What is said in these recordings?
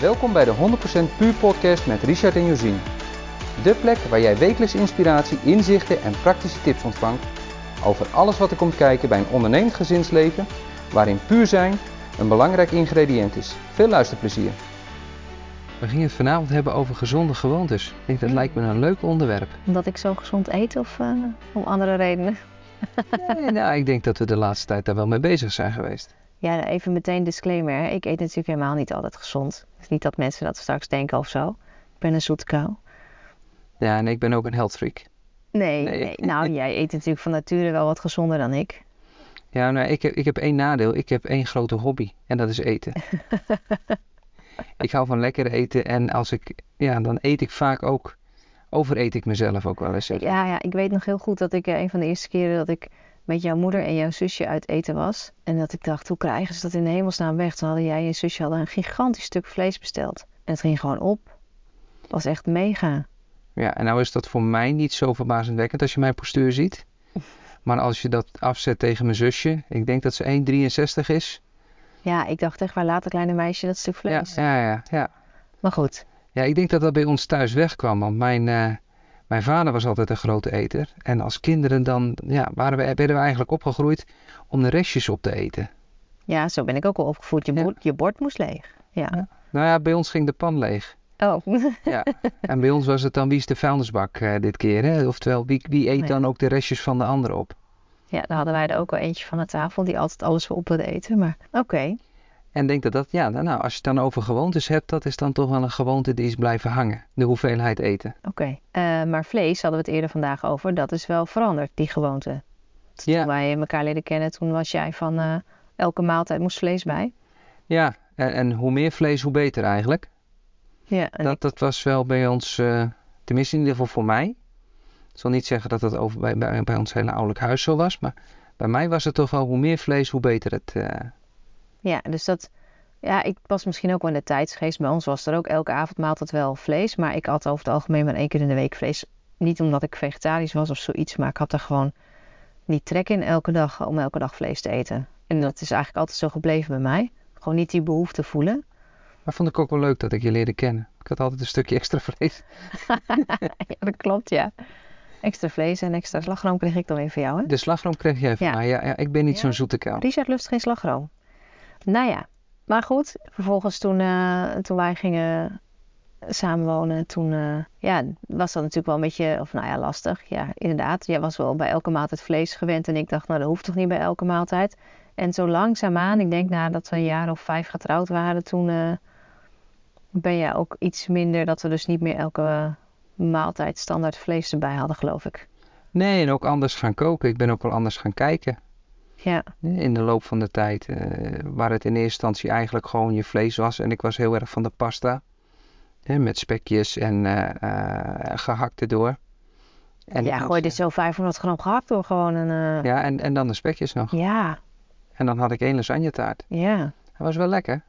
Welkom bij de 100% Puur podcast met Richard en Josien. De plek waar jij wekelijks inspiratie, inzichten en praktische tips ontvangt over alles wat er komt kijken bij een ondernemend gezinsleven, waarin puur zijn een belangrijk ingrediënt is. Veel luisterplezier. We gingen het vanavond hebben over gezonde gewoontes. Ik denk dat lijkt me een leuk onderwerp. Omdat ik zo gezond eet of om andere redenen? Nee, ik denk dat we de laatste tijd daar wel mee bezig zijn geweest. Ja, even meteen disclaimer. Hè. Ik eet natuurlijk helemaal niet altijd gezond. Dus niet dat mensen dat straks denken of zo. Ik ben een zoete kou. Ja, en ik ben ook een health freak. Nee. Nou, jij eet natuurlijk van nature wel wat gezonder dan ik. Ja, nou, ik heb één nadeel. Ik heb één grote hobby. En dat is eten. Ik hou van lekker eten. En dan eet ik vaak ook. Overeet ik mezelf ook wel eens. Ja, ik weet nog heel goed dat ik een van de eerste keren dat ik met jouw moeder en jouw zusje uit eten was. En dat ik dacht, hoe krijgen ze dat in de hemelsnaam weg? Toen hadden jij en je zusje een gigantisch stuk vlees besteld. En het ging gewoon op. Het was echt mega. Ja, en nou is dat voor mij niet zo verbazingwekkend als je mijn postuur ziet. Maar als je dat afzet tegen mijn zusje, ik denk dat ze 1,63 is. Ja, ik dacht echt, waar laat dat kleine meisje dat stuk vlees? Ja. Maar goed. Ja, ik denk dat dat bij ons thuis wegkwam, want mijn vader was altijd een grote eter. En als kinderen dan, werden we eigenlijk opgegroeid om de restjes op te eten. Ja, zo ben ik ook al opgevoed. Je bord moest leeg. Ja. Nou ja, bij ons ging de pan leeg. Oh. Ja. En bij ons was het dan wie is de vuilnisbak dit keer, hè? Oftewel, wie eet dan ook de restjes van de ander op? Ja, daar hadden wij er ook wel eentje van de tafel die altijd alles op wilde eten, maar oké. En denk dat als je het dan over gewoontes hebt, dat is dan toch wel een gewoonte die is blijven hangen. De hoeveelheid eten. Oké. Maar vlees hadden we het eerder vandaag over, dat is wel veranderd, die gewoonte. Toen wij elkaar leren kennen, toen was jij van elke maaltijd moest vlees bij. Ja, en hoe meer vlees, hoe beter eigenlijk. Ja, dat was wel bij ons, tenminste in ieder geval voor mij. Ik zal niet zeggen dat dat bij ons hele ouderlijk huis zo was, maar bij mij was het toch wel hoe meer vlees, hoe beter het. Ja, dus ik was misschien ook wel in de tijdsgeest. Bij ons was er ook elke avondmaaltijd wel vlees, maar ik at over het algemeen maar 1 keer in de week vlees. Niet omdat ik vegetarisch was of zoiets, maar ik had er gewoon niet trek in om elke dag vlees te eten. En dat is eigenlijk altijd zo gebleven bij mij. Gewoon niet die behoefte voelen. Maar vond ik ook wel leuk dat ik je leerde kennen. Ik had altijd een stukje extra vlees. Ja, dat klopt, ja. Extra vlees en extra slagroom kreeg ik dan weer van jou, hè? De slagroom kreeg jij van mij. Ja, ik ben niet zo'n zoete kou. Richard lust geen slagroom. Nou ja, maar goed. Vervolgens toen wij gingen samenwonen, toen was dat natuurlijk wel een beetje, lastig. Ja, inderdaad. Jij was wel bij elke maaltijd vlees gewend en ik dacht, nou dat hoeft toch niet bij elke maaltijd. En zo langzaamaan, ik denk nadat we een jaar of 5 getrouwd waren, toen ben jij ook iets minder, dat we dus niet meer elke maaltijd standaard vlees erbij hadden, geloof ik. Nee, en ook anders gaan koken. Ik ben ook wel anders gaan kijken. Ja. In de loop van de tijd, waar het in eerste instantie eigenlijk gewoon je vlees was. En ik was heel erg van de pasta. Met spekjes en gehakt erdoor. En gooi er zo 500 gram gehakt door gewoon. Ja, en dan de spekjes nog. Ja. En dan had ik 1 lasagnetaart. Ja. Dat was wel lekker.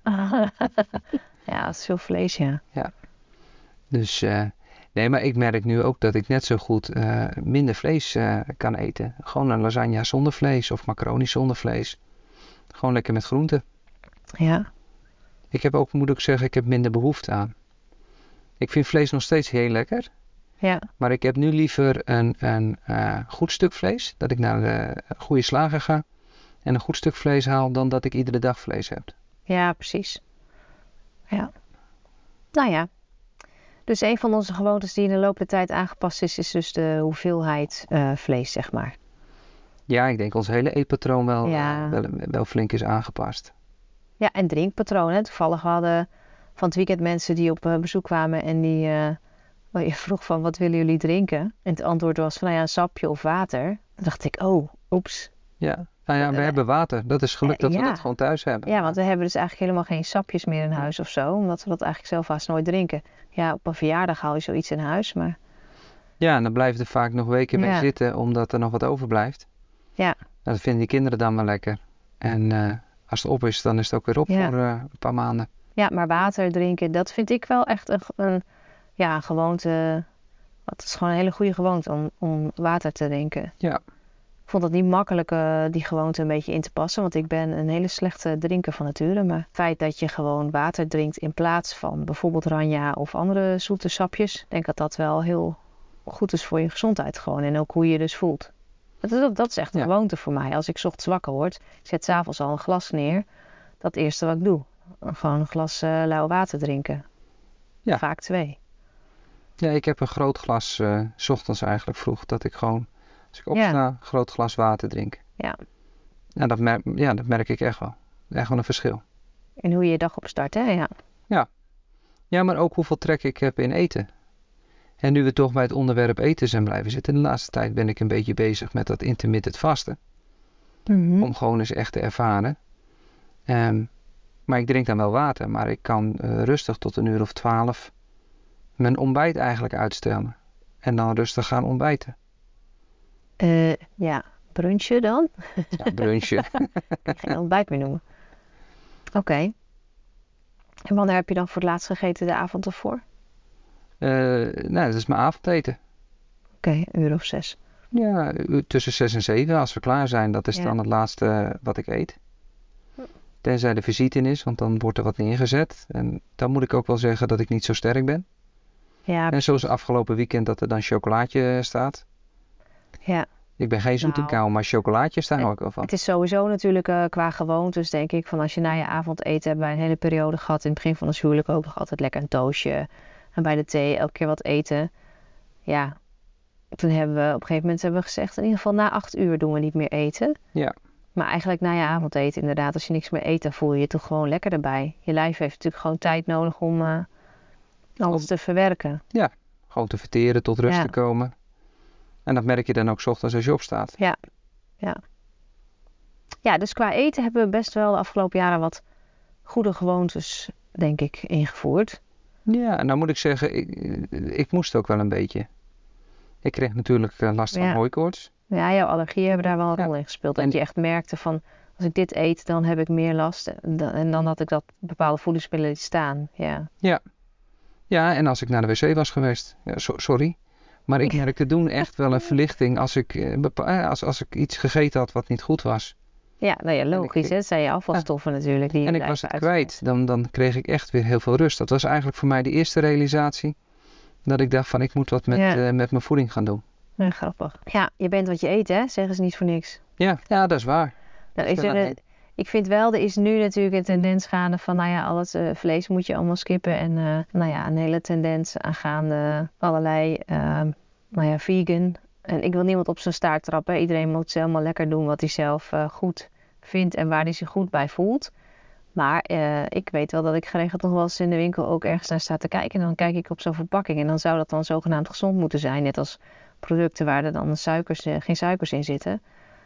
Ja, dat is veel vlees, ja. Ja. Dus, nee, maar ik merk nu ook dat ik net zo goed minder vlees kan eten. Gewoon een lasagne zonder vlees of macaroni zonder vlees. Gewoon lekker met groenten. Ja. Ik heb ook, moet ik zeggen, ik heb minder behoefte aan. Ik vind vlees nog steeds heel lekker. Ja. Maar ik heb nu liever een goed stuk vlees. Dat ik naar de goede slager ga. En een goed stuk vlees haal dan dat ik iedere dag vlees heb. Ja, precies. Ja. Nou ja. Dus een van onze gewoontes die in de loop der tijd aangepast is dus de hoeveelheid vlees, zeg maar. Ja, ik denk ons hele eetpatroon wel flink is aangepast. Ja, en drinkpatroon. Hè. Toevallig hadden van het weekend mensen die op bezoek kwamen en die je vroeg van wat willen jullie drinken? En het antwoord was van een sapje of water. Dan dacht ik, oeps. Ja, we hebben water. Dat is geluk dat we dat gewoon thuis hebben. Ja, want we hebben dus eigenlijk helemaal geen sapjes meer in huis of zo. Omdat we dat eigenlijk zelf haast nooit drinken. Ja, op een verjaardag haal je zoiets in huis, maar... Ja, en dan blijft er vaak nog weken mee zitten, omdat er nog wat overblijft. Ja. Dat vinden die kinderen dan wel lekker. En als het op is, dan is het ook weer op voor een paar maanden. Ja, maar water drinken, dat vind ik wel echt een gewoonte. Het is gewoon een hele goede gewoonte om water te drinken. Ja. vond het niet makkelijk die gewoonte een beetje in te passen. Want ik ben een hele slechte drinker van nature. Maar het feit dat je gewoon water drinkt in plaats van bijvoorbeeld Ranja of andere zoete sapjes. Ik denk dat dat wel heel goed is voor je gezondheid gewoon. En ook hoe je je dus voelt. Dat is echt een gewoonte voor mij. Als ik 's ochtends wakker word, ik zet 's avonds al een glas neer. Dat eerste wat ik doe. Gewoon een glas lauw water drinken. Ja. Vaak 2. Ja, ik heb een groot glas, 's ochtends eigenlijk vroeg, dat ik gewoon, als ik opsta, een groot glas water drink. Ja. Nou, dat merk ik echt wel. Echt wel een verschil. En hoe je je dag opstart, hè? Ja. Ja, maar ook hoeveel trek ik heb in eten. En nu we toch bij het onderwerp eten zijn blijven zitten, de laatste tijd ben ik een beetje bezig met dat intermittent vasten. Om gewoon eens echt te ervaren. Maar ik drink dan wel water, maar ik kan rustig tot 1:00 of 12 mijn ontbijt eigenlijk uitstellen. En dan rustig gaan ontbijten. Ja, brunchen dan? Ja, brunchen. Geen ontbijt meer noemen. Oké. En wanneer heb je dan voor het laatst gegeten de avond ervoor? Nou, dat is mijn avondeten. Oké, 1:00 of 6. Ja, tussen 6 en 7 als we klaar zijn. Dat is dan het laatste wat ik eet. Tenzij de visite in is, want dan wordt er wat neergezet. En dan moet ik ook wel zeggen dat ik niet zo sterk ben. Ja. En zoals afgelopen weekend dat er dan chocolaatje staat. Ja. Ik ben geen zoet en kou, maar chocolaatjes daar hou ik wel van. Het is sowieso natuurlijk qua gewoontes, denk ik, van als je na je avondeten hebben wij een hele periode gehad. In het begin van ons huwelijk ook nog altijd lekker een toastje. En bij de thee elke keer wat eten. Ja, toen hebben we op een gegeven moment gezegd, in ieder geval na 8 uur doen we niet meer eten. Ja. Maar eigenlijk na je avondeten inderdaad, als je niks meer eet, dan voel je je toch gewoon lekker erbij. Je lijf heeft natuurlijk gewoon tijd nodig om alles te verwerken. Ja, gewoon te verteren, tot rust te komen. En dat merk je dan ook 's ochtends als je opstaat. Ja, dus qua eten hebben we best wel de afgelopen jaren wat goede gewoontes, denk ik, ingevoerd. Ja, en nou moet ik zeggen, ik moest ook wel een beetje. Ik kreeg natuurlijk last van hooikoorts. Ja, jouw allergieën hebben daar wel een rol in gespeeld. Dat je echt merkte van, als ik dit eet, dan heb ik meer last. En dan had ik dat bepaalde voedingsmiddelen liet staan. Ja, en als ik naar de wc was geweest. Ja, sorry. Maar ik merkte toen echt wel een verlichting als ik iets gegeten had wat niet goed was. Ja, nou ja, logisch. Dat zijn je afvalstoffen natuurlijk. Die en ik was het kwijt. Dan kreeg ik echt weer heel veel rust. Dat was eigenlijk voor mij de eerste realisatie. Dat ik dacht van, ik moet wat met mijn voeding gaan doen. Ja, grappig. Ja, je bent wat je eet, hè? Zeggen ze niet voor niks. Ja, dat is waar. Nou, ik vind wel, er is nu natuurlijk een tendens gaande van, al het vlees moet je allemaal skippen. En een hele tendens aangaande allerlei, vegan. En ik wil niemand op zijn staart trappen. Iedereen moet helemaal lekker doen wat hij zelf goed vindt en waar hij zich goed bij voelt. Maar ik weet wel dat ik geregeld nog wel eens in de winkel ook ergens naar sta te kijken. En dan kijk ik op zo'n verpakking. En dan zou dat dan zogenaamd gezond moeten zijn. Net als producten waar er dan geen suikers in zitten.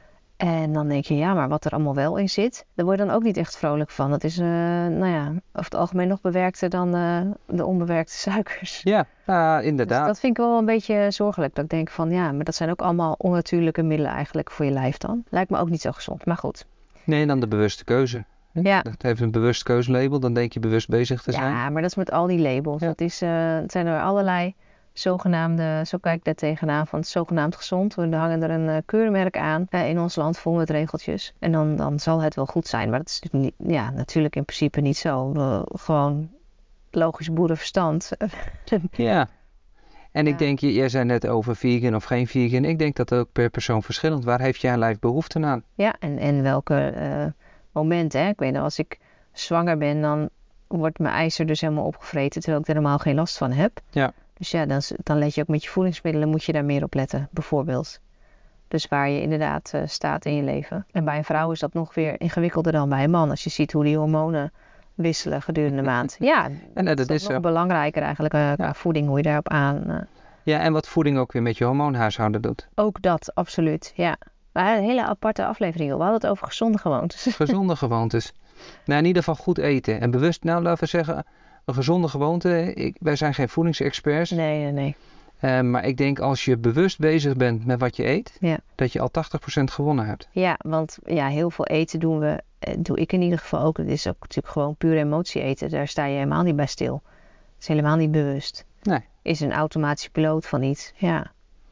En dan denk je, ja, maar wat er allemaal wel in zit, daar word je dan ook niet echt vrolijk van. Dat is, over het algemeen nog bewerkter dan de onbewerkte suikers. Ja, inderdaad. Dus dat vind ik wel een beetje zorgelijk. Dat ik denk van, ja, maar dat zijn ook allemaal onnatuurlijke middelen eigenlijk voor je lijf dan. Lijkt me ook niet zo gezond, maar goed. Nee, dan de bewuste keuze. Ja. Dat heeft een bewust keuzelabel, dan denk je bewust bezig te zijn. Ja, maar dat is met al die labels. Ja. Het zijn er allerlei zogenaamde, zo kijk ik daar tegenaan, van het zogenaamd gezond. We hangen er een keurmerk aan in ons land vol met regeltjes. En dan zal het wel goed zijn. Maar dat is natuurlijk in principe niet zo. Gewoon logisch boerenverstand. Ja. En ik denk, jij zei net over vegan of geen vegan. Ik denk dat ook per persoon verschillend. Waar heeft jouw lijf behoefte aan? Ja, en welke moment, hè. Ik weet nog, als ik zwanger ben, dan wordt mijn ijzer dus helemaal opgevreten, terwijl ik er helemaal geen last van heb. Ja. Dus ja, dan let je ook met je voedingsmiddelen, moet je daar meer op letten, bijvoorbeeld. Dus waar je inderdaad staat in je leven. En bij een vrouw is dat nog weer ingewikkelder dan bij een man. Als je ziet hoe die hormonen wisselen gedurende de maand. Ja, dat is nog belangrijker eigenlijk qua voeding, hoe je daarop aan... Ja, en wat voeding ook weer met je hormoonhuishouden doet. Ook dat, absoluut, ja. Maar een hele aparte aflevering, joh. We hadden het over gezonde gewoontes. Gezonde gewoontes. Nou, in ieder geval goed eten. En bewust, laten we zeggen, een gezonde gewoonte. Wij zijn geen voedingsexperts. Nee. Maar ik denk als je bewust bezig bent met wat je eet, dat je al 80% gewonnen hebt. Ja, want heel veel eten doe ik in ieder geval ook. Het is ook natuurlijk gewoon puur emotie eten. Daar sta je helemaal niet bij stil. Het is helemaal niet bewust. Nee. Is een automatische piloot van iets, ja.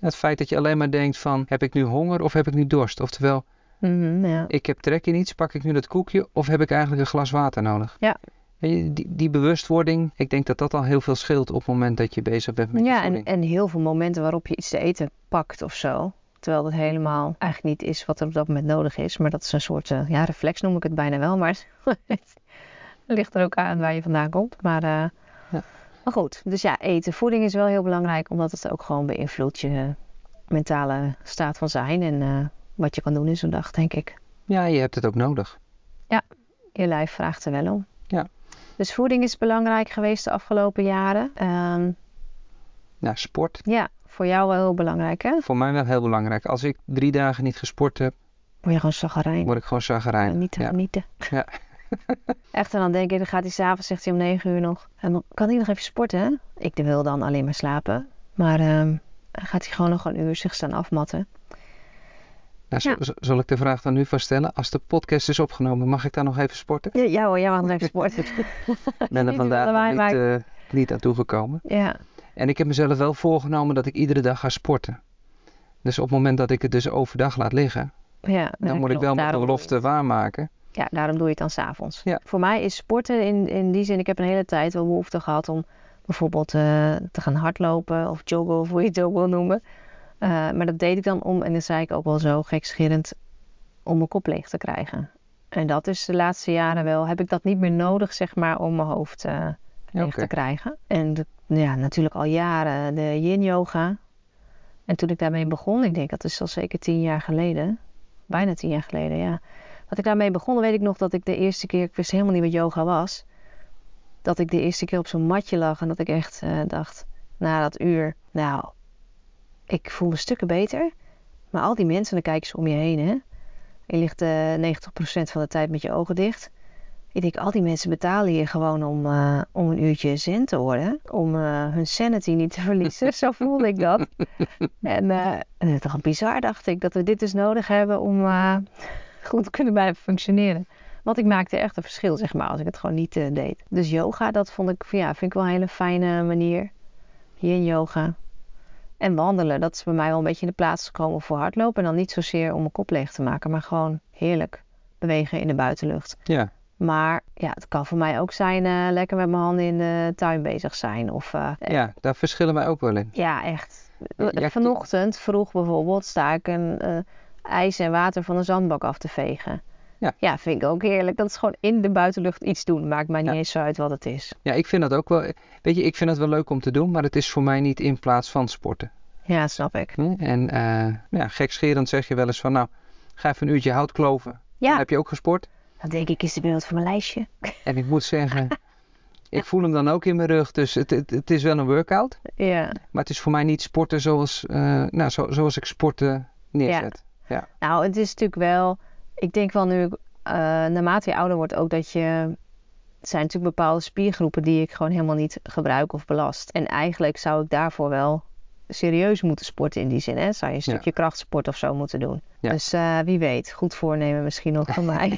Het feit dat je alleen maar denkt van, heb ik nu honger of heb ik nu dorst? Oftewel, Ja. ik heb trek in iets, pak ik nu dat koekje of heb ik eigenlijk een glas water nodig? Ja. Die bewustwording, ik denk dat dat al heel veel scheelt op het moment dat je bezig bent met je voeding. En heel veel momenten waarop je iets te eten pakt of zo. Terwijl dat helemaal eigenlijk niet is wat er op dat moment nodig is. Maar dat is een soort reflex noem ik het bijna wel. Maar het ligt er ook aan waar je vandaan komt. Maar goed, dus ja, eten. Voeding is wel heel belangrijk. Omdat het ook gewoon beïnvloedt je mentale staat van zijn. En wat je kan doen in zo'n dag, denk ik. Ja, je hebt het ook nodig. Ja, je lijf vraagt er wel om. Ja. Dus voeding is belangrijk geweest de afgelopen jaren. Sport. Ja, voor jou wel heel belangrijk, hè? Voor mij wel heel belangrijk. Als ik 3 dagen niet gesport heb, Word je gewoon chagrijnig. word ik gewoon chagrijnig. Niet te genieten. Ja. Echt, en dan denk ik, dan gaat hij s'avonds, zegt hij om 9 uur nog. En dan kan hij nog even sporten, hè? Ik wil dan alleen maar slapen. Maar dan gaat hij gewoon nog een uur zich staan afmatten. Nou, zal ik de vraag dan nu vast stellen? Als de podcast is opgenomen, mag ik dan nog even sporten? Ja hoor, jij mag nog even sporten. Ik ben er vandaag niet aan toegekomen. Ja. En ik heb mezelf wel voorgenomen dat ik iedere dag ga sporten. Dus op het moment dat ik het dus overdag laat liggen, dan moet ik wel mijn belofte waarmaken. Ja, daarom doe je het dan 's avonds. Ja. Voor mij is sporten in die zin, ik heb een hele tijd wel behoefte gehad om bijvoorbeeld te gaan hardlopen of joggen of hoe je het ook wil noemen. Maar dat deed ik dan om, en dat zei ik ook wel zo gekscherend, om mijn kop leeg te krijgen. En dat is de laatste jaren wel, heb ik dat niet meer nodig, zeg maar, om mijn hoofd leeg te krijgen. En natuurlijk al jaren de yin yoga. En toen ik daarmee begon, ik denk dat is al zeker 10 jaar geleden. Bijna 10 jaar geleden, ja. Dat ik daarmee begon, weet ik nog dat ik de eerste keer, ik wist helemaal niet wat yoga was. Dat ik de eerste keer op zo'n matje lag en dat ik echt dacht, na dat uur, ik voel me stukken beter. Maar al die mensen, dan kijken ze om je heen, hè. Je ligt 90% van de tijd met je ogen dicht. Ik denk, al die mensen betalen hier gewoon om een uurtje zen te worden. Om hun sanity niet te verliezen. Zo voelde ik dat. En het is toch bizar, dacht ik, dat we dit dus nodig hebben om goed te kunnen blijven functioneren. Want ik maakte echt een verschil, zeg maar, als ik het gewoon niet deed. Dus yoga, dat vind ik wel een hele fijne manier. Yin yoga. En wandelen, dat is bij mij wel een beetje in de plaats gekomen voor hardlopen. En dan niet zozeer om mijn kop leeg te maken, maar gewoon heerlijk bewegen in de buitenlucht. Ja. Maar het kan voor mij ook zijn lekker met mijn handen in de tuin bezig zijn. Of, daar verschillen wij ook wel in. Ja, echt. Vanochtend vroeg bijvoorbeeld sta ik een ijs en water van een zandbak af te vegen. Ja, vind ik ook heerlijk. Dat is gewoon in de buitenlucht iets doen. Maakt mij niet eens zo uit wat het is. Ja, ik vind dat ook wel. Weet je, ik vind het wel leuk om te doen, maar het is voor mij niet in plaats van sporten. Ja, snap ik. En gekscherend zeg je wel eens van, ga even een uurtje hout kloven. Ja. Dan heb je ook gesport. Dan denk ik, is de beeld van mijn lijstje. En ik moet zeggen, ik voel hem dan ook in mijn rug. Dus het is wel een workout. Ja. Maar het is voor mij niet sporten zoals ik sporten neerzet. Ja. Nou, het is natuurlijk wel, ik denk wel nu, naarmate je ouder wordt ook dat je, er zijn natuurlijk bepaalde spiergroepen die ik gewoon helemaal niet gebruik of belast. En eigenlijk zou ik daarvoor wel serieus moeten sporten in die zin. Hè? Zou je een stukje krachtsport of zo moeten doen. Ja. Dus wie weet, goed voornemen misschien nog van mij.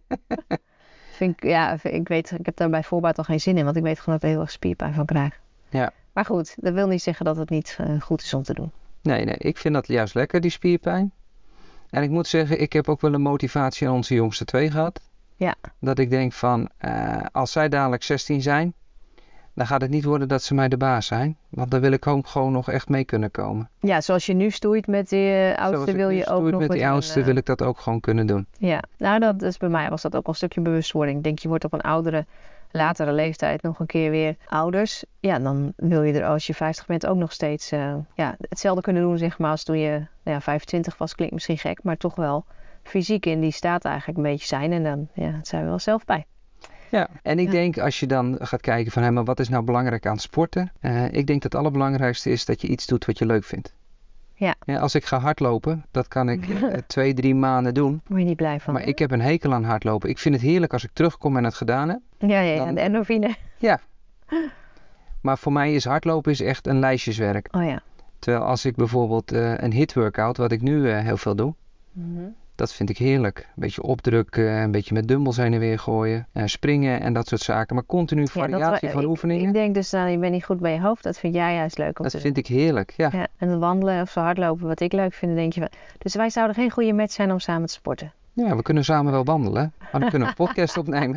Ik heb daar bij voorbaat al geen zin in, want ik weet gewoon dat ik er heel erg spierpijn van krijg. Ja. Maar goed, dat wil niet zeggen dat het niet goed is om te doen. Nee, ik vind dat juist lekker, die spierpijn. En ik moet zeggen, ik heb ook wel een motivatie aan onze jongste 2 gehad. Ja. Dat ik denk van, als zij dadelijk 16 zijn, dan gaat het niet worden dat ze mij de baas zijn. Want dan wil ik ook gewoon nog echt mee kunnen komen. Ja, zoals je nu stoeit met die oudste, wil je ook nog... met die oudste wil ik dat ook gewoon kunnen doen. Ja, nou dat is bij mij was dat ook al een stukje bewustwording. Ik denk, je wordt op een latere leeftijd nog een keer weer ouders. Ja, dan wil je er als je 50 bent ook nog steeds hetzelfde kunnen doen, zeg maar, als toen je 25 was. Klinkt misschien gek, maar toch wel fysiek in die staat eigenlijk een beetje zijn. En dan het zijn we wel zelf bij. Ja, en ik denk als je dan gaat kijken van, maar wat is nou belangrijk aan sporten? Ik denk dat het allerbelangrijkste is dat je iets doet wat je leuk vindt. Ja. Als ik ga hardlopen, dat kan ik 2-3 maanden doen. Word je niet blij van. Maar ik heb een hekel aan hardlopen. Ik vind het heerlijk als ik terugkom en het gedaan heb. Ja, de endorfine. Ja. Maar voor mij is hardlopen echt een lijstjeswerk. Oh ja. Terwijl als ik bijvoorbeeld een HIIT workout, wat ik nu heel veel doe. Dat vind ik heerlijk. Een beetje opdrukken, een beetje met dumbbells heen en weer gooien, springen en dat soort zaken. Maar continu variatie van oefeningen. Ik denk dus, je bent niet goed bij je hoofd. Dat vind jij juist leuk om te doen. Dat vind ik heerlijk, ja. En wandelen of zo hardlopen, wat ik leuk vind, denk je van. Dus wij zouden geen goede match zijn om samen te sporten. Ja, we kunnen samen wel wandelen, maar dan kunnen we een podcast opnemen.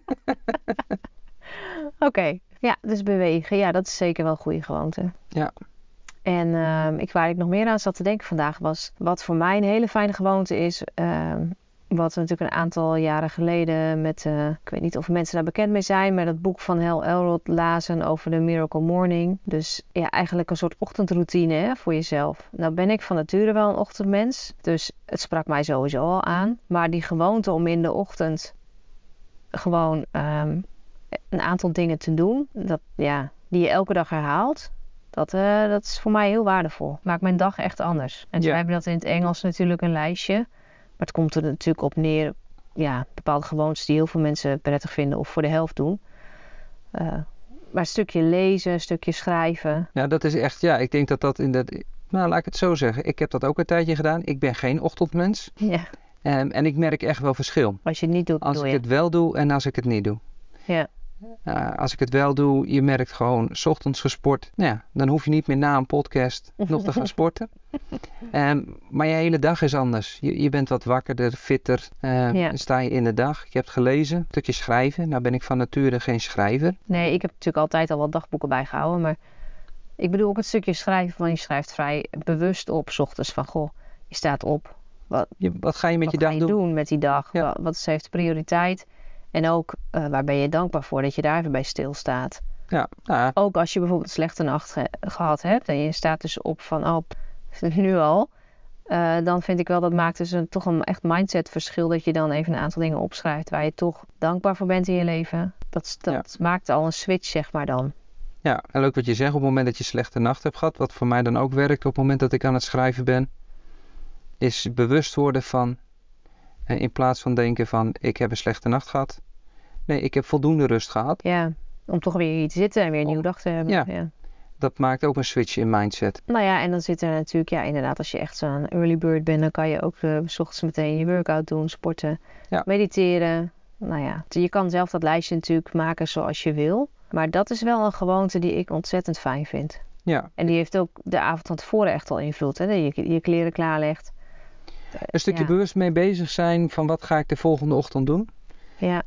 Oké. Ja, dus bewegen. Ja, dat is zeker wel een goede gewoonte. Ja. En waar ik nog meer aan zat te denken vandaag was, wat voor mij een hele fijne gewoonte is, wat we natuurlijk een aantal jaren geleden met, ik weet niet of mensen daar bekend mee zijn, maar dat boek van Hal Elrod lazen over de Miracle Morning. Dus ja, eigenlijk een soort ochtendroutine, hè, voor jezelf. Nou ben ik van nature wel een ochtendmens, dus het sprak mij sowieso al aan. Maar die gewoonte om in de ochtend gewoon een aantal dingen te doen, die je elke dag herhaalt. Dat is voor mij heel waardevol. Maakt mijn dag echt anders. En we hebben dat in het Engels natuurlijk een lijstje. Maar het komt er natuurlijk op neer. Ja, bepaalde gewoontes die heel veel mensen prettig vinden of voor de helft doen. Maar een stukje lezen, een stukje schrijven. Ja, dat is echt, ik denk dat nou, laat ik het zo zeggen. Ik heb dat ook een tijdje gedaan. Ik ben geen ochtendmens. Ja. En ik merk echt wel verschil. Als je het niet doet, als ik het wel doe en als ik het niet doe. Ja. Als ik het wel doe, je merkt gewoon 's ochtends gesport. Nou ja, dan hoef je niet meer na een podcast nog te gaan sporten. Maar je hele dag is anders. Je bent wat wakkerder, fitter. Dan sta je in de dag. Je hebt gelezen, een stukje schrijven. Nou ben ik van nature geen schrijver. Nee, ik heb natuurlijk altijd al wat dagboeken bijgehouden. Maar ik bedoel ook het stukje schrijven. Want je schrijft vrij bewust op 's ochtends. Van goh, je staat op. Wat ga je met je dag doen? Wat ga je doen met die dag? Ja. Wat heeft prioriteit? En ook, waar ben je dankbaar voor dat je daar even bij stilstaat? Ja. Ook als je bijvoorbeeld een slechte nacht gehad hebt en je staat dus op van, nu al. Dan vind ik wel, dat maakt dus toch een echt mindset verschil dat je dan even een aantal dingen opschrijft waar je toch dankbaar voor bent in je leven. Dat maakt al een switch, zeg maar dan. Ja, en leuk wat je zegt, op het moment dat je een slechte nacht hebt gehad, wat voor mij dan ook werkt op het moment dat ik aan het schrijven ben, is bewust worden van, in plaats van denken van, ik heb een slechte nacht gehad. Nee, ik heb voldoende rust gehad. Ja, om toch weer hier te zitten en weer een nieuwe dag te hebben. Ja. Dat maakt ook een switch in mindset. Nou ja, en dan zit er natuurlijk, inderdaad, als je echt zo'n early bird bent, dan kan je ook 's ochtends meteen je workout doen, sporten, mediteren. Nou ja, je kan zelf dat lijstje natuurlijk maken zoals je wil. Maar dat is wel een gewoonte die ik ontzettend fijn vind. Ja. En die heeft ook de avond van tevoren echt al invloed. Hè? Dat je kleren klaarlegt. Een stukje bewust mee bezig zijn van wat ga ik de volgende ochtend doen. Ja.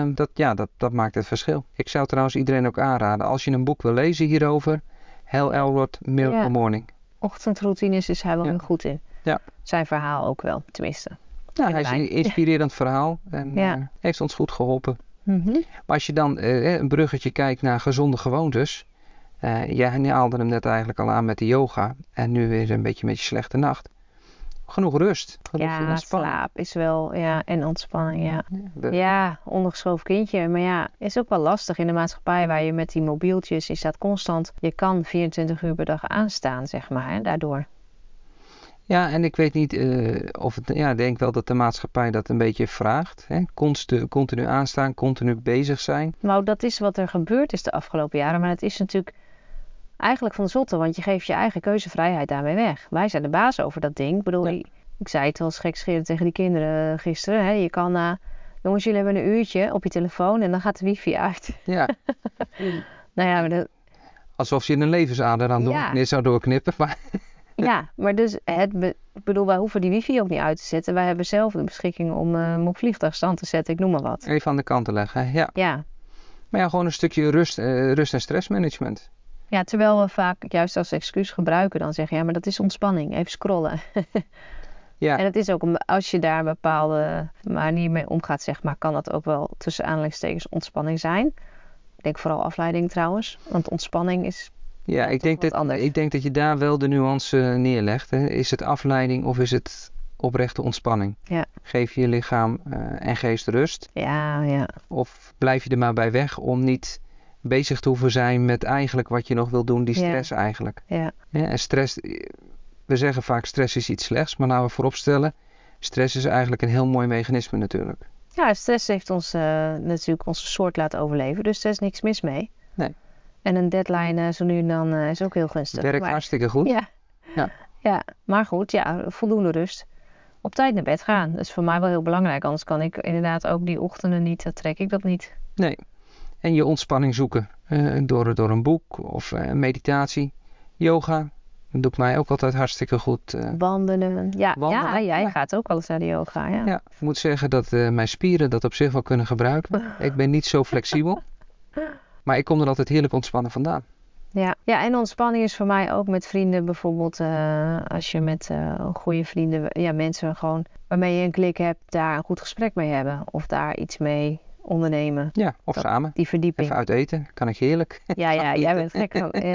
Dat maakt het verschil. Ik zou trouwens iedereen ook aanraden, als je een boek wil lezen hierover, Hal Elrod, Miracle Morning. Ochtendroutines is hij wel heel goed in. Ja. Zijn verhaal ook wel, tenminste. Ja, hij is een inspirerend verhaal en heeft ons goed geholpen. Mm-hmm. Maar als je dan een bruggetje kijkt naar gezonde gewoontes. Jij haalde hem net eigenlijk al aan met de yoga. En nu weer een beetje met je slechte nacht. Genoeg rust. Genoeg ontspanning. Slaap is wel, en ontspanning, Ja, ondergeschoven kindje. Maar is ook wel lastig in de maatschappij waar je met die mobieltjes, je staat constant, je kan 24 uur per dag aanstaan, zeg maar, hè, daardoor. Ja, en ik weet niet ik denk wel dat de maatschappij dat een beetje vraagt. Hè? Continu aanstaan, continu bezig zijn. Nou, dat is wat er gebeurd is de afgelopen jaren. Maar het is natuurlijk eigenlijk van de zotte, want je geeft je eigen keuzevrijheid daarmee weg. Wij zijn de baas over dat ding. Ik bedoel, ik zei het wel eens gekscherend tegen die kinderen gisteren. Hè? Je kan, jongens, jullie hebben een uurtje op je telefoon en dan gaat de wifi uit. Ja. Nou ja, maar alsof je een levensader aan niet zou doorknippen. Maar ja, maar dus, ik bedoel, wij hoeven die wifi ook niet uit te zetten. Wij hebben zelf de beschikking om hem op vliegtuigstand te zetten, ik noem maar wat. Even aan de kant te leggen, ja. Maar gewoon een stukje rust en stressmanagement. Ja, terwijl we vaak juist als excuus gebruiken, dan zeggen, maar dat is ontspanning, even scrollen. Ja. En het is ook, als je daar een bepaalde manier mee omgaat, zeg maar, kan dat ook wel tussen aanhalingstekens ontspanning zijn. Ik denk vooral afleiding trouwens, want ontspanning is... Ja, ik denk dat je daar wel de nuance neerlegt. Hè. Is het afleiding of is het oprechte ontspanning? Ja. Geef je lichaam en geest rust? Ja. Of blijf je er maar bij weg om niet bezig te hoeven zijn met eigenlijk wat je nog wil doen, die stress eigenlijk. Ja. En stress, we zeggen vaak stress is iets slechts, maar laten we vooropstellen, stress is eigenlijk een heel mooi mechanisme natuurlijk. Ja, stress heeft ons natuurlijk onze soort laten overleven, dus er is niks mis mee. Nee. En een deadline zo nu en dan is ook heel gunstig. Werkt hartstikke goed. Ja, maar goed, voldoende rust. op tijd naar bed gaan. Dat is voor mij wel heel belangrijk. Anders kan ik inderdaad ook die ochtenden niet, dan trek ik dat niet. Nee. En je ontspanning zoeken door een boek of meditatie, yoga. Dat doet mij ook altijd hartstikke goed. Wandelen. Ja, wandelen. Jij gaat ook wel eens naar de yoga. Ja. Ja, ik moet zeggen dat mijn spieren dat op zich wel kunnen gebruiken. Ik ben niet zo flexibel. Maar ik kom er altijd heerlijk ontspannen vandaan. Ja, en ontspanning is voor mij ook met vrienden bijvoorbeeld. Als je met goede vrienden, mensen gewoon waarmee je een klik hebt, daar een goed gesprek mee hebben. Of daar iets mee ondernemen. Ja, of samen. Die verdieping. Even uit eten, kan ik heerlijk. Ja, jij bent gek.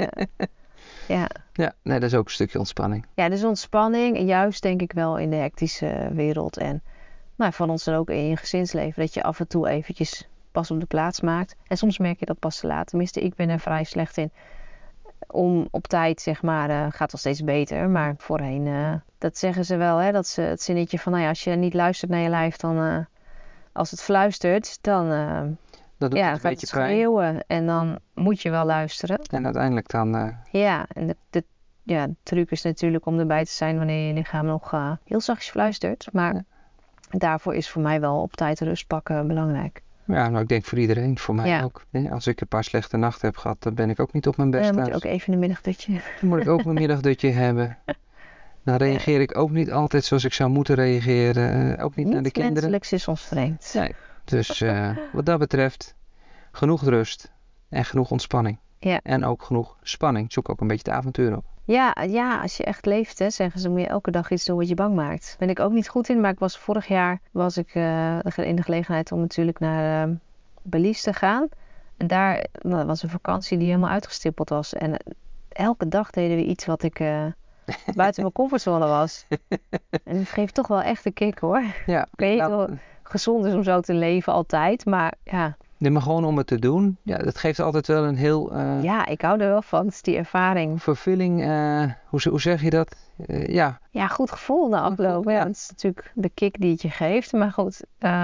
Ja. Ja, nee, dat is ook een stukje ontspanning. Ja, dus ontspanning, juist denk ik wel in de hectische wereld. En van ons dan ook in je gezinsleven. Dat je af en toe eventjes pas op de plaats maakt. En soms merk je dat pas te laat. Tenminste, ik ben er vrij slecht in. Om op tijd, zeg maar, gaat wel steeds beter. Maar voorheen, dat zeggen ze wel, hè. Dat ze het zinnetje van, als je niet luistert naar je lijf, dan als het fluistert, dan Dat doet het een beetje pijn. Schreeuwen. En dan moet je wel luisteren. En uiteindelijk dan... Ja, en de truc is natuurlijk om erbij te zijn wanneer je lichaam nog heel zachtjes fluistert. Maar daarvoor is voor mij wel op tijd rust pakken belangrijk. Ja, nou ik denk voor iedereen, voor mij ook. Als ik een paar slechte nachten heb gehad, dan ben ik ook niet op mijn best Dan thuis. moet je ook even een middagdutje. Dan moet ik ook mijn middagdutje hebben. Dan reageer ik ook niet altijd zoals ik zou moeten reageren. Ook niet naar de kinderen. Menselijks is ons vreemd. Nee. Dus wat dat betreft, genoeg rust en genoeg ontspanning. Ja. En ook genoeg spanning. Zoek ook een beetje het avontuur op. Ja, als je echt leeft, hè, zeggen ze, moet je elke dag iets doen wat je bang maakt. Ben ik ook niet goed in, maar vorig jaar was ik in de gelegenheid om natuurlijk naar Belize te gaan. En daar was een vakantie die helemaal uitgestippeld was. En elke dag deden we iets wat ik buiten mijn comfortzone was. En dat geeft toch wel echt een kick, hoor. Ja. Gezond is om zo te leven altijd, maar ja. Nee, maar gewoon om het te doen, ja, dat geeft altijd wel een heel... Ja, ik hou er wel van. Het is die ervaring. Vervulling, hoe zeg je dat? Ja, goed gevoel na afloop. Ja, het is natuurlijk de kick die het je geeft. Maar goed,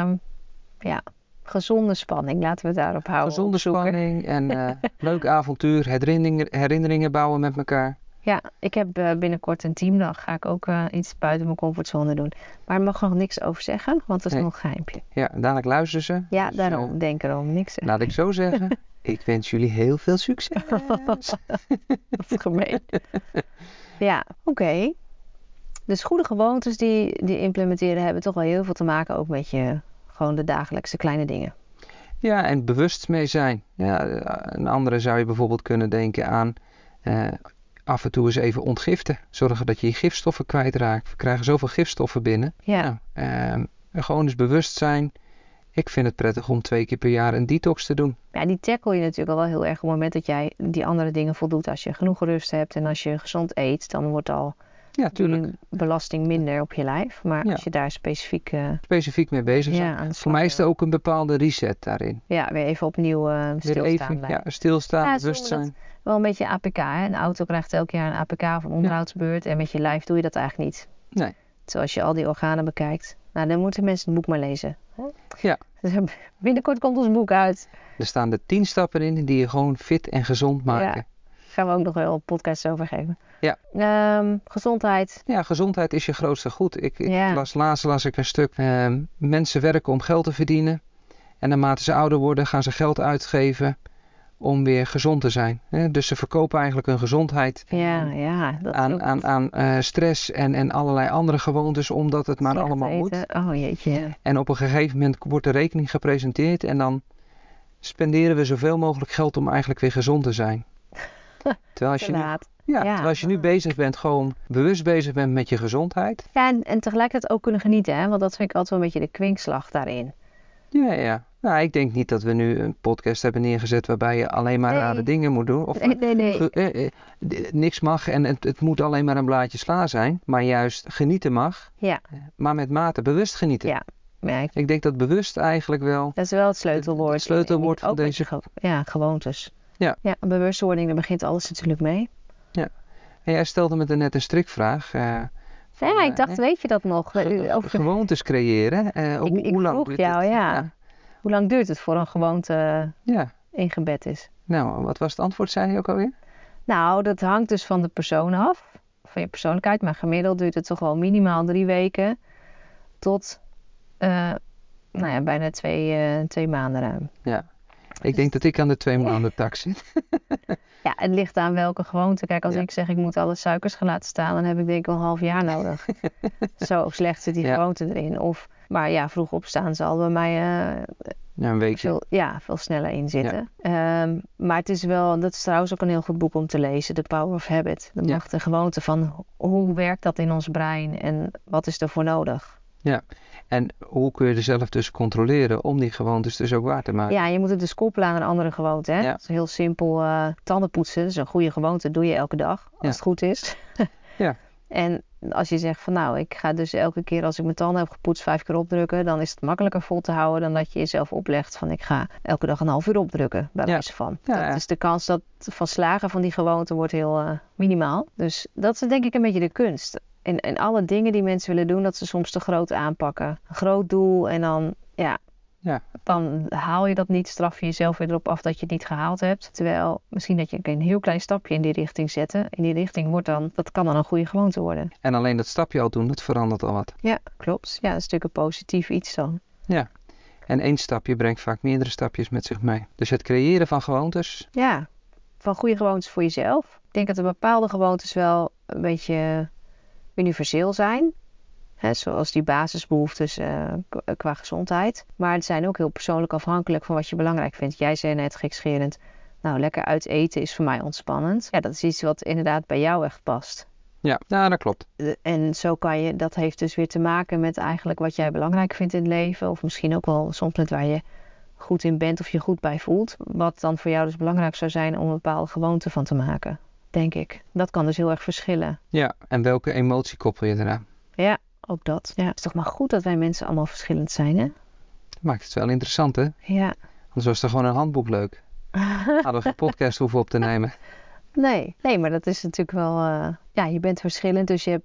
gezonde spanning. Laten we het daarop houden. Gezonde spanning en leuk avontuur, herinneringen bouwen met elkaar. Ja, ik heb binnenkort een teamdag. Ga ik ook iets buiten mijn comfortzone doen. Maar ik mag nog niks over zeggen, want dat is nog een geheimpje. Ja, dadelijk luisteren ze. Ja, dus, daarom. Denk erom. Niks zeggen. Laat ik zo zeggen. Ik wens jullie heel veel succes. Dat is gemeen. Ja, oké. Dus goede gewoontes die implementeren hebben toch wel heel veel te maken ook met gewoon de dagelijkse kleine dingen. Ja, en bewust mee zijn. Ja, een andere zou je bijvoorbeeld kunnen denken aan af en toe eens even ontgiften. Zorgen dat je je gifstoffen kwijtraakt. We krijgen zoveel gifstoffen binnen. Ja. Gewoon eens bewust zijn. Ik vind het prettig om 2 keer per jaar een detox te doen. Ja, die tackle je natuurlijk al wel heel erg op het moment dat jij die andere dingen voldoet. Als je genoeg rust hebt en als je gezond eet, dan wordt al die belasting minder op je lijf. Maar als je daar specifiek mee bezig bent. Voor mij is er ook een bepaalde reset daarin. Ja, weer even opnieuw stilstaan. Stilstaan, bewust zijn. Wel een beetje APK, hè? Een auto krijgt elk jaar een APK of een onderhoudsbeurt. En met je lijf doe je dat eigenlijk niet. Nee. Zoals je al die organen bekijkt. Nou, dan moeten mensen het boek maar lezen. Hè? Ja. Dus binnenkort komt ons boek uit. Er staan er 10 stappen in die je gewoon fit en gezond maken. Ja. Daar gaan we ook nog wel podcasts over geven. Ja. Gezondheid. Ja, gezondheid is je grootste goed. Laatst las ik een stuk. Mensen werken om geld te verdienen. En naarmate ze ouder worden gaan ze geld uitgeven om weer gezond te zijn. Dus ze verkopen eigenlijk hun gezondheid aan stress en allerlei andere gewoontes, omdat het maar allemaal moet. Oh jeetje. En op een gegeven moment wordt de rekening gepresenteerd en dan spenderen we zoveel mogelijk geld om eigenlijk weer gezond te zijn. Terwijl als je nu bezig bent, gewoon bewust bezig bent met je gezondheid. Ja, en tegelijkertijd ook kunnen genieten, hè? Want dat vind ik altijd wel een beetje de kwinkslag daarin. Ja. Nou, ik denk niet dat we nu een podcast hebben neergezet waarbij je alleen maar rare dingen moet doen. Of Nee. Niks mag en het moet alleen maar een blaadje sla zijn. Maar juist genieten mag. Ja. Maar met mate, bewust genieten. Ja. Ik denk dat bewust eigenlijk wel... Dat is wel het sleutelwoord. Het sleutelwoord van deze... Gewoontes. Ja. Ja, bewustwording, daar begint alles natuurlijk mee. Ja. En jij stelde me net een strikvraag. Maar ik dacht, weet je dat nog? Over gewoontes creëren. Hoe lang duurt jou, het? Hoe lang duurt het voor een gewoonte ingebed is? Nou, wat was het antwoord, zei je ook alweer? Nou, dat hangt dus van de persoon af. Van je persoonlijkheid. Maar gemiddeld duurt het toch wel minimaal 3 weken. tot bijna 2 maanden ruim. Ja, ik denk dat ik aan de 2 maanden tak zit. Ja, het ligt aan welke gewoonte. Kijk, als ik zeg ik moet alle suikers gaan laten staan, dan heb ik denk ik wel een half jaar nodig. Zo slecht zit die gewoonte erin. Maar ja, vroeg opstaan zal bij mij een weekje. veel sneller in zitten. Ja. Maar het is wel, dat is trouwens ook een heel goed boek om te lezen. The Power of Habit. De macht en gewoonte van hoe werkt dat in ons brein en wat is er voor nodig. Ja, en hoe kun je er zelf dus controleren om die gewoontes dus ook waar te maken? Ja, je moet het dus koppelen aan een andere gewoonte. Hè? Ja. Dat is heel simpel. Tanden poetsen, dat is een goede gewoonte. Doe je elke dag, als het goed is. Ja. En als je zegt van ik ga dus elke keer als ik mijn tanden heb gepoetst 5 keer opdrukken. Dan is het makkelijker vol te houden dan dat je jezelf oplegt van ik ga elke dag een half uur opdrukken. Bij wijze van. Ja, dat is de kans dat van slagen van die gewoonte wordt heel minimaal. Dus dat is denk ik een beetje de kunst. En alle dingen die mensen willen doen, dat ze soms te groot aanpakken. Een groot doel en dan, dan haal je dat niet, straf je jezelf weer erop af dat je het niet gehaald hebt. Terwijl misschien dat je een heel klein stapje in die richting zetten. In die richting dat kan dan een goede gewoonte worden. En alleen dat stapje al doen, dat verandert al wat. Ja, klopt. Ja, dat is natuurlijk een positief iets dan. Ja. En 1 stapje brengt vaak meerdere stapjes met zich mee. Dus het creëren van gewoontes. Ja, van goede gewoontes voor jezelf. Ik denk dat er bepaalde gewoontes wel een beetje universeel zijn. Zoals die basisbehoeftes qua gezondheid. Maar het zijn ook heel persoonlijk afhankelijk van wat je belangrijk vindt. Jij zei net gekscherend, lekker uit eten is voor mij ontspannend. Ja, dat is iets wat inderdaad bij jou echt past. Ja, dat klopt. En zo dat heeft dus weer te maken met eigenlijk wat jij belangrijk vindt in het leven. Of misschien ook wel soms met waar je goed in bent of je goed bij voelt. Wat dan voor jou dus belangrijk zou zijn om een bepaalde gewoonte van te maken. Denk ik. Dat kan dus heel erg verschillen. Ja, en welke emotie koppel je eraan? Ja, ook dat. Ja, het is toch maar goed dat wij mensen allemaal verschillend zijn, hè? Maakt het wel interessant, hè? Ja. Anders was er gewoon een handboek leuk. Hadden we geen podcast hoeven op te nemen. Nee, maar dat is natuurlijk wel... je bent verschillend, dus je hebt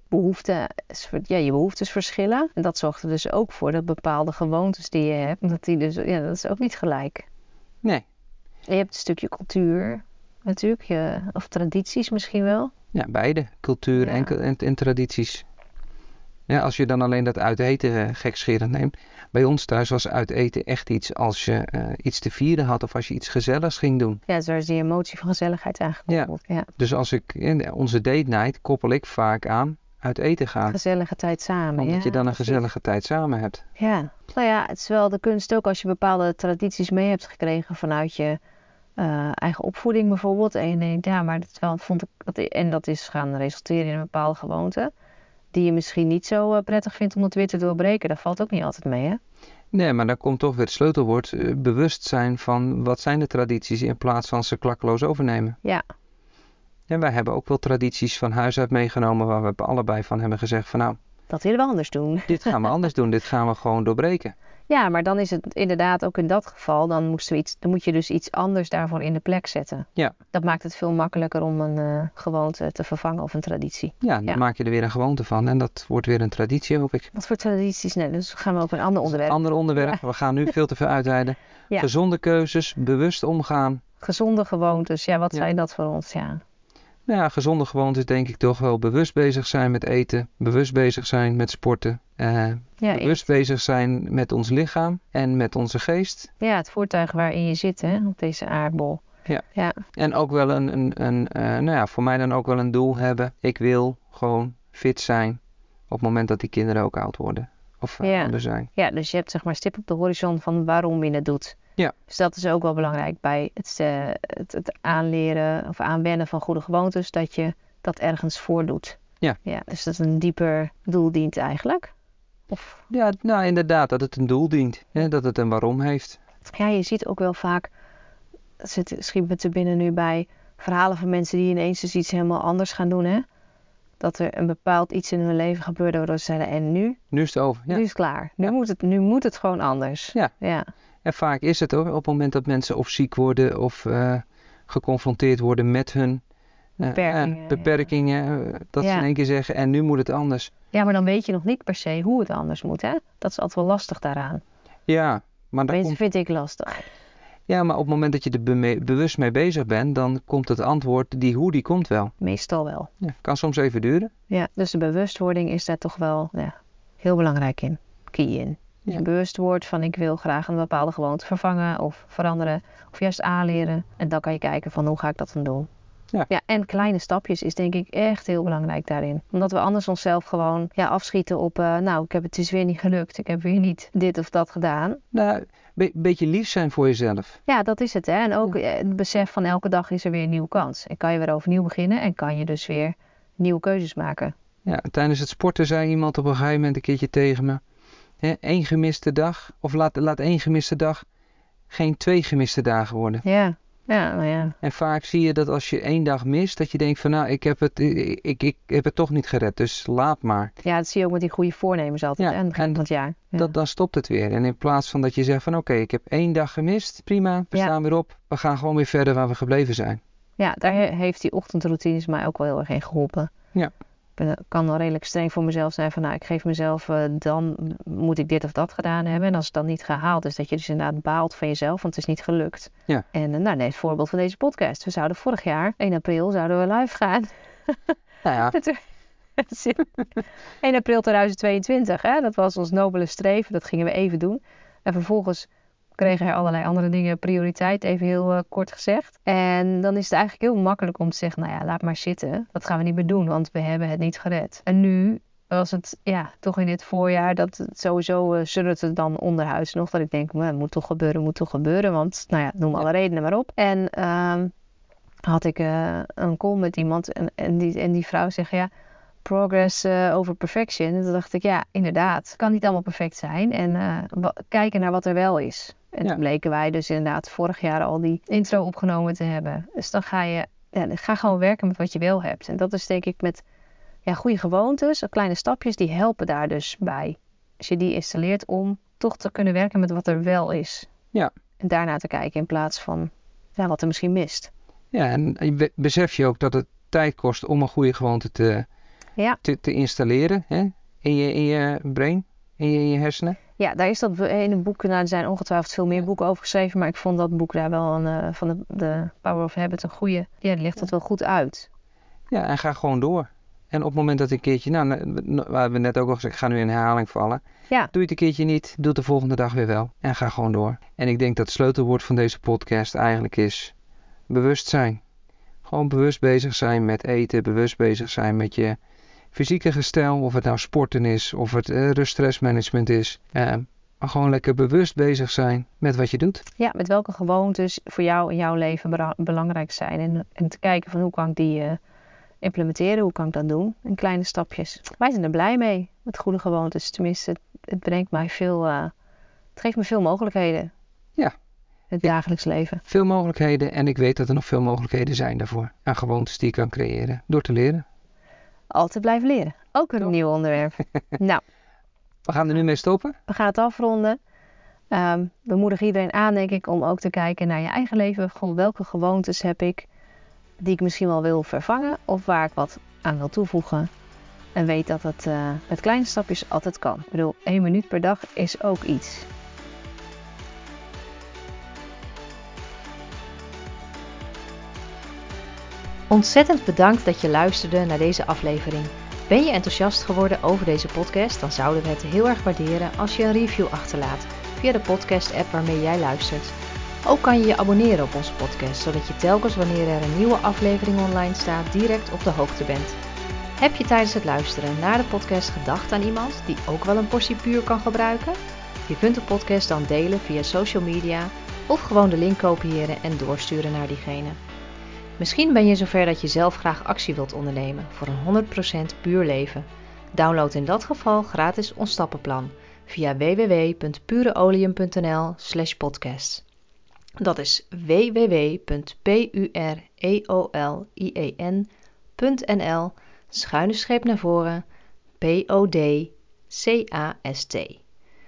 je behoeftes verschillen. En dat zorgt er dus ook voor dat bepaalde gewoontes die je hebt, dat is ook niet gelijk. Nee. En je hebt een stukje cultuur natuurlijk, of tradities misschien wel. Ja, beide. Cultuur en tradities. Ja, als je dan alleen dat uit eten gekscherend neemt. Bij ons thuis was uit eten echt iets als je iets te vieren had of als je iets gezelligs ging doen. Ja, zo is die emotie van gezelligheid aangekoppeld. Ja. Dus als onze date night koppel ik vaak aan uit eten gaan. Gezellige tijd samen. Omdat je dan een gezellige tijd samen hebt. Ja, het is wel de kunst ook als je bepaalde tradities mee hebt gekregen vanuit je eigen opvoeding bijvoorbeeld. En je denkt, maar dat is gaan resulteren in een bepaalde gewoonte. Die je misschien niet zo prettig vindt om het weer te doorbreken. Dat valt ook niet altijd mee, hè? Nee, maar dan komt toch weer het sleutelwoord bewustzijn van wat zijn de tradities in plaats van ze klakkeloos overnemen. Ja. En wij hebben ook wel tradities van huis uit meegenomen waar we allebei van hebben gezegd van dat willen we anders doen. Dit gaan we anders doen, dit gaan we gewoon doorbreken. Ja, maar dan is het inderdaad ook in dat geval, dan moet je dus iets anders daarvoor in de plek zetten. Ja. Dat maakt het veel makkelijker om een gewoonte te vervangen of een traditie. Ja, dan maak je er weer een gewoonte van en dat wordt weer een traditie, hoop ik. Wat voor tradities? Nee, dus gaan we op een ander onderwerp. Een ander onderwerp, we gaan nu veel te veel uitweiden. Ja. Gezonde keuzes, bewust omgaan. Gezonde gewoontes, wat zijn dat voor ons, Ja, gezonde gewoontes denk ik toch wel bewust bezig zijn met eten, bewust bezig zijn met sporten, bewust bezig zijn met ons lichaam en met onze geest. Ja, het voertuig waarin je zit, hè, op deze aardbol. Ja. En ook wel voor mij dan ook wel een doel hebben. Ik wil gewoon fit zijn op het moment dat die kinderen ook oud worden of ouder zijn. Ja, dus je hebt zeg maar stip op de horizon van waarom je het doet. Ja. Dus dat is ook wel belangrijk bij het aanleren of aanwennen van goede gewoontes, dat je dat ergens voordoet. Ja. Dus dat een dieper doel dient eigenlijk. Of... Ja, inderdaad, dat het een doel dient. Hè, dat het een waarom heeft. Ja, je ziet ook wel vaak, schiet me te binnen nu bij verhalen van mensen die ineens dus iets helemaal anders gaan doen, hè. Dat er een bepaald iets in hun leven gebeurde waardoor ze zeiden, en nu? Nu is het over. Ja. Nu is het klaar. Nu moet het gewoon anders. Ja. En vaak is het hoor, op het moment dat mensen of ziek worden of geconfronteerd worden met hun beperkingen. Dat ze in één keer zeggen, en nu moet het anders. Ja, maar dan weet je nog niet per se hoe het anders moet, hè? Dat is altijd wel lastig daaraan. Ja, maar dat vind ik lastig. Ja, maar op het moment dat je er bewust mee bezig bent, dan komt het antwoord, die komt wel. Meestal wel. Ja, kan soms even duren. Ja, dus de bewustwording is daar toch wel heel belangrijk in. key in. Dus je bewust wordt van ik wil graag een bepaalde gewoonte vervangen of veranderen of juist aanleren. En dan kan je kijken van hoe ga ik dat dan doen. Ja, en kleine stapjes is denk ik echt heel belangrijk daarin. Omdat we anders onszelf gewoon afschieten op ik heb het dus weer niet gelukt. Ik heb weer niet dit of dat gedaan. Nou, een beetje lief zijn voor jezelf. Ja, dat is het. Hè? En ook het besef van elke dag is er weer een nieuwe kans. En kan je weer overnieuw beginnen en kan je dus weer nieuwe keuzes maken. Ja, tijdens het sporten zei iemand op een gegeven moment een keertje tegen me. 1 gemiste dag, of laat 1 gemiste dag geen 2 gemiste dagen worden. Ja, nou ja. En vaak zie je dat als je 1 dag mist, dat je denkt van ik heb het toch niet gered, dus laat maar. Ja, dat zie je ook met die goede voornemens altijd aan het begin van het jaar. Ja. Dan stopt het weer. En in plaats van dat je zegt van oké, ik heb 1 dag gemist, prima, we staan weer op. We gaan gewoon weer verder waar we gebleven zijn. Ja, daar heeft die ochtendroutines mij ook wel heel erg in geholpen. Ja. Ik kan wel redelijk streng voor mezelf zijn van ik geef mezelf, dan moet ik dit of dat gedaan hebben. En als het dan niet gehaald is, dat je dus inderdaad baalt van jezelf, want het is niet gelukt. Ja. En het voorbeeld van deze podcast. We zouden vorig jaar, 1 april, zouden we live gaan. Nou ja. 1 april 2022, hè? Dat was ons nobele streven, dat gingen we even doen. En vervolgens kregen er allerlei andere dingen prioriteit, even heel kort gezegd. En dan is het eigenlijk heel makkelijk om te zeggen, laat maar zitten. Dat gaan we niet meer doen, want we hebben het niet gered. En nu was het toch in dit voorjaar dat het sowieso suddert het dan onderhuis nog. Dat ik denk, het moet toch gebeuren. Want, noem alle redenen maar op. En had ik een call met iemand en die vrouw zegt, progress over perfection. En toen dacht ik, inderdaad, het kan niet allemaal perfect zijn. En kijken naar wat er wel is. En toen bleken wij dus inderdaad vorig jaar al die intro opgenomen te hebben. Dus dan ga gewoon werken met wat je wel hebt. En dat is denk ik met goede gewoontes, kleine stapjes, die helpen daar dus bij. Als je die installeert om toch te kunnen werken met wat er wel is. Ja. En daarna te kijken in plaats van wat er misschien mist. Ja, en besef je ook dat het tijd kost om een goede gewoonte te installeren, hè? In je brain, in je hersenen. Ja, daar is dat in een boek, er zijn ongetwijfeld veel meer boeken over geschreven, maar ik vond dat boek daar wel van de Power of Habit een goede. Ja, die legt dat wel goed uit. Ja, en ga gewoon door. En op het moment dat een keertje, we hebben net ook al gezegd, ik ga nu in herhaling vallen. Ja. Doe je het een keertje niet, doe het de volgende dag weer wel. En ga gewoon door. En ik denk dat het sleutelwoord van deze podcast eigenlijk is bewustzijn. Gewoon bewust bezig zijn met eten, bewust bezig zijn met je fysieke gestel, of het nou sporten is, of het rust-stressmanagement is. Maar gewoon lekker bewust bezig zijn met wat je doet. Ja, met welke gewoontes voor jou in jouw leven belangrijk zijn. En te kijken van hoe kan ik die implementeren, hoe kan ik dat doen in kleine stapjes. Wij zijn er blij mee met goede gewoontes. Tenminste, het brengt mij het geeft me veel mogelijkheden. Ja. Het dagelijks leven. Veel mogelijkheden en ik weet dat er nog veel mogelijkheden zijn daarvoor. Aan gewoontes die je kan creëren door te leren. Altijd blijven leren. Ook een nieuw onderwerp. Nou. We gaan er nu mee stoppen. We gaan het afronden. We moedigen iedereen aan, denk ik, om ook te kijken naar je eigen leven. Gewoon welke gewoontes heb ik die ik misschien wel wil vervangen of waar ik wat aan wil toevoegen. En weet dat het met kleine stapjes altijd kan. Ik bedoel, 1 minuut per dag is ook iets. Ontzettend bedankt dat je luisterde naar deze aflevering. Ben je enthousiast geworden over deze podcast? Dan zouden we het heel erg waarderen als je een review achterlaat via de podcast-app waarmee jij luistert. Ook kan je je abonneren op onze podcast, zodat je telkens wanneer er een nieuwe aflevering online staat direct op de hoogte bent. Heb je tijdens het luisteren naar de podcast gedacht aan iemand die ook wel een portie puur kan gebruiken? Je kunt de podcast dan delen via social media of gewoon de link kopiëren en doorsturen naar diegene. Misschien ben je zover dat je zelf graag actie wilt ondernemen voor een 100% puur leven. Download in dat geval gratis ons stappenplan via www.pureolium.nl/podcast. Dat is www.pureolien.nl/podcast.